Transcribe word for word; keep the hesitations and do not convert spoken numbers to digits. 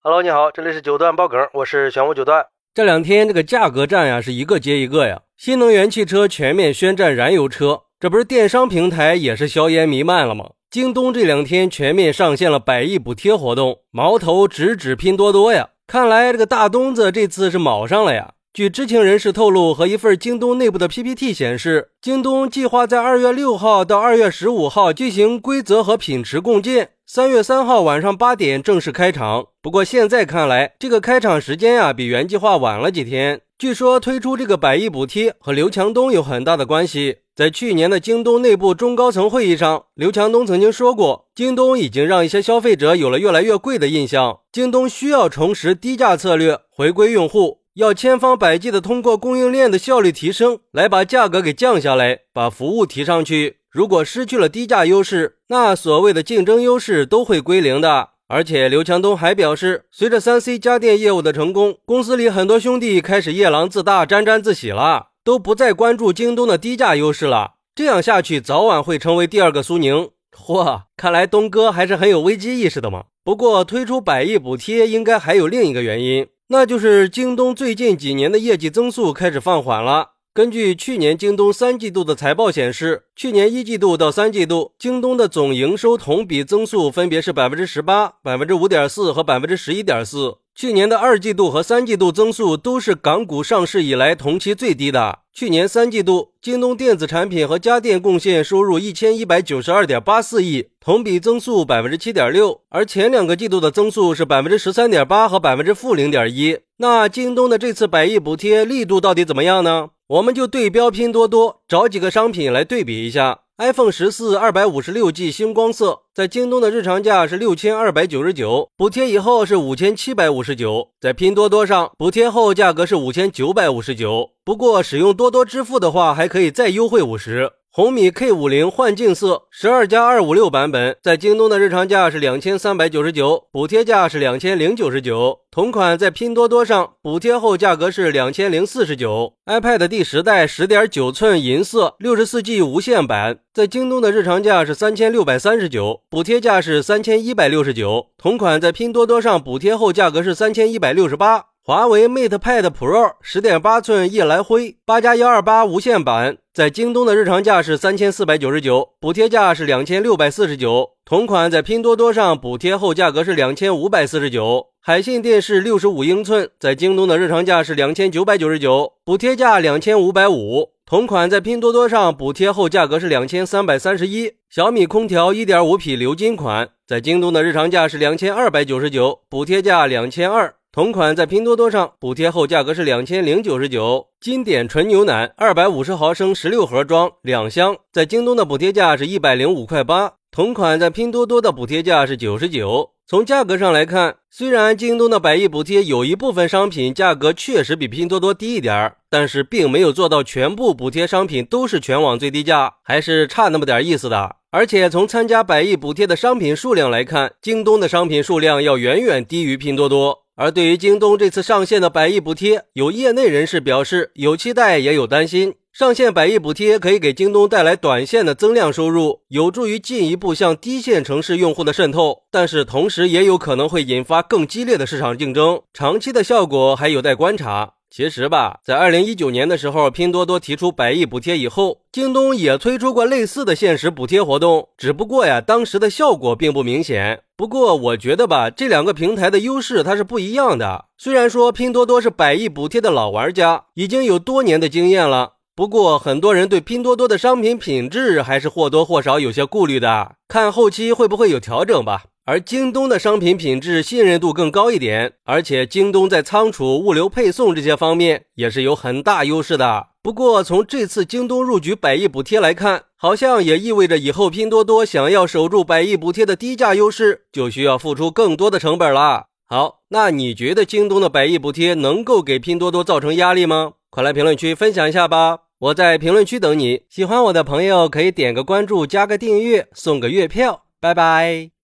Hello， 你好，这里是九段爆梗，我是玄武九段。 这两天这个价格战呀是一个接一个呀，新能源汽车全面宣战燃油车，这不是电商平台也是硝烟弥漫了吗？京东这两天全面上线了百亿补贴活动，矛头直指拼多多呀。看来这个大东子这次是卯上了呀。据知情人士透露和一份京东内部的 P P T 显示，京东计划在二月六号到二月十五号进行规则和品质共建，三月三号晚上八点正式开场。不过现在看来，这个开场时间呀比原计划晚了几天。据说推出这个百亿补贴和刘强东有很大的关系。在去年的京东内部中高层会议上，刘强东曾经说过，京东已经让一些消费者有了越来越贵的印象，京东需要重拾低价策略，回归用户，要千方百计的通过供应链的效率提升，来把价格给降下来，把服务提上去。如果失去了低价优势，那所谓的竞争优势都会归零的。而且刘强东还表示，随着 三 C 家电业务的成功，公司里很多兄弟开始夜郎自大，沾沾自喜了，都不再关注京东的低价优势了。这样下去早晚会成为第二个苏宁。嚯，看来东哥还是很有危机意识的嘛。不过推出百亿补贴应该还有另一个原因，那就是京东最近几年的业绩增速开始放缓了。根据去年京东三季度的财报显示，去年一季度到三季度，京东的总营收同比增速分别是 百分之十八、百分之五点四 和 百分之十一点四。去年的二季度和三季度增速都是港股上市以来同期最低的。去年三季度，京东电子产品和家电贡献收入 一千一百九十二点八四亿，同比增速 百分之七点六， 而前两个季度的增速是 百分之十三点八 和 百分之负零点一。 那京东的这次百亿补贴力度到底怎么样呢？我们就对标拼多多，找几个商品来对比一下。iPhone 十四 二百五十六 G 星光色在京东的日常价是六千二百九十九，补贴以后是五千七百五十九，在拼多多上补贴后价格是五千九百五十九，不过使用多多支付的话还可以再优惠五十。红米 K 五十 幻境色 十二加二五六 版本在京东的日常价是两千三百九十九，补贴价是两千零九十九，同款在拼多多上补贴后价格是两千零四十九。 iPad 第十代 十点九寸银色 六十四 G 无线版在京东的日常价是三千六百三十九，补贴价是三千一百六十九，同款在拼多多上补贴后价格是三千一百六十八。华为 MatePad Pro 十点八寸夜来灰 八加一二八 无线版在京东的日常价是三千四百九十九，补贴价是两千六百四十九，同款在拼多多上补贴后价格是两千五百四十九。海信电视六十五英寸在京东的日常价是两千九百九十九，补贴价两千五百五，同款在拼多多上补贴后价格是两千三百三十一。小米空调 一点五 匹鎏金款在京东的日常价是两千二百九十九，补贴价两千二百，同款在拼多多上补贴后价格是两千零九十九。经典纯牛奶二百五十毫升十六盒装两箱在京东的补贴价是一百零五块八，同款在拼多多的补贴价是九十九。从价格上来看，虽然京东的百亿补贴有一部分商品价格确实比拼多多低一点，但是并没有做到全部补贴商品都是全网最低价，还是差那么点意思的。而且从参加百亿补贴的商品数量来看，京东的商品数量要远远低于拼多多。而对于京东这次上线的百亿补贴，有业内人士表示有期待也有担心。上线百亿补贴可以给京东带来短线的增量收入，有助于进一步向低线城市用户的渗透，但是同时也有可能会引发更激烈的市场竞争，长期的效果还有待观察。其实吧，在二零一九年的时候，拼多多提出百亿补贴以后，京东也推出过类似的限时补贴活动，只不过呀，当时的效果并不明显。不过我觉得吧，这两个平台的优势它是不一样的。虽然说拼多多是百亿补贴的老玩家，已经有多年的经验了，不过很多人对拼多多的商品品质还是或多或少有些顾虑的，看后期会不会有调整吧。而京东的商品品质信任度更高一点，而且京东在仓储、物流配送这些方面也是有很大优势的。不过从这次京东入局百亿补贴来看，好像也意味着以后拼多多想要守住百亿补贴的低价优势，就需要付出更多的成本了。好，那你觉得京东的百亿补贴能够给拼多多造成压力吗？快来评论区分享一下吧，我在评论区等你。喜欢我的朋友可以点个关注，加个订阅，送个月票。拜拜。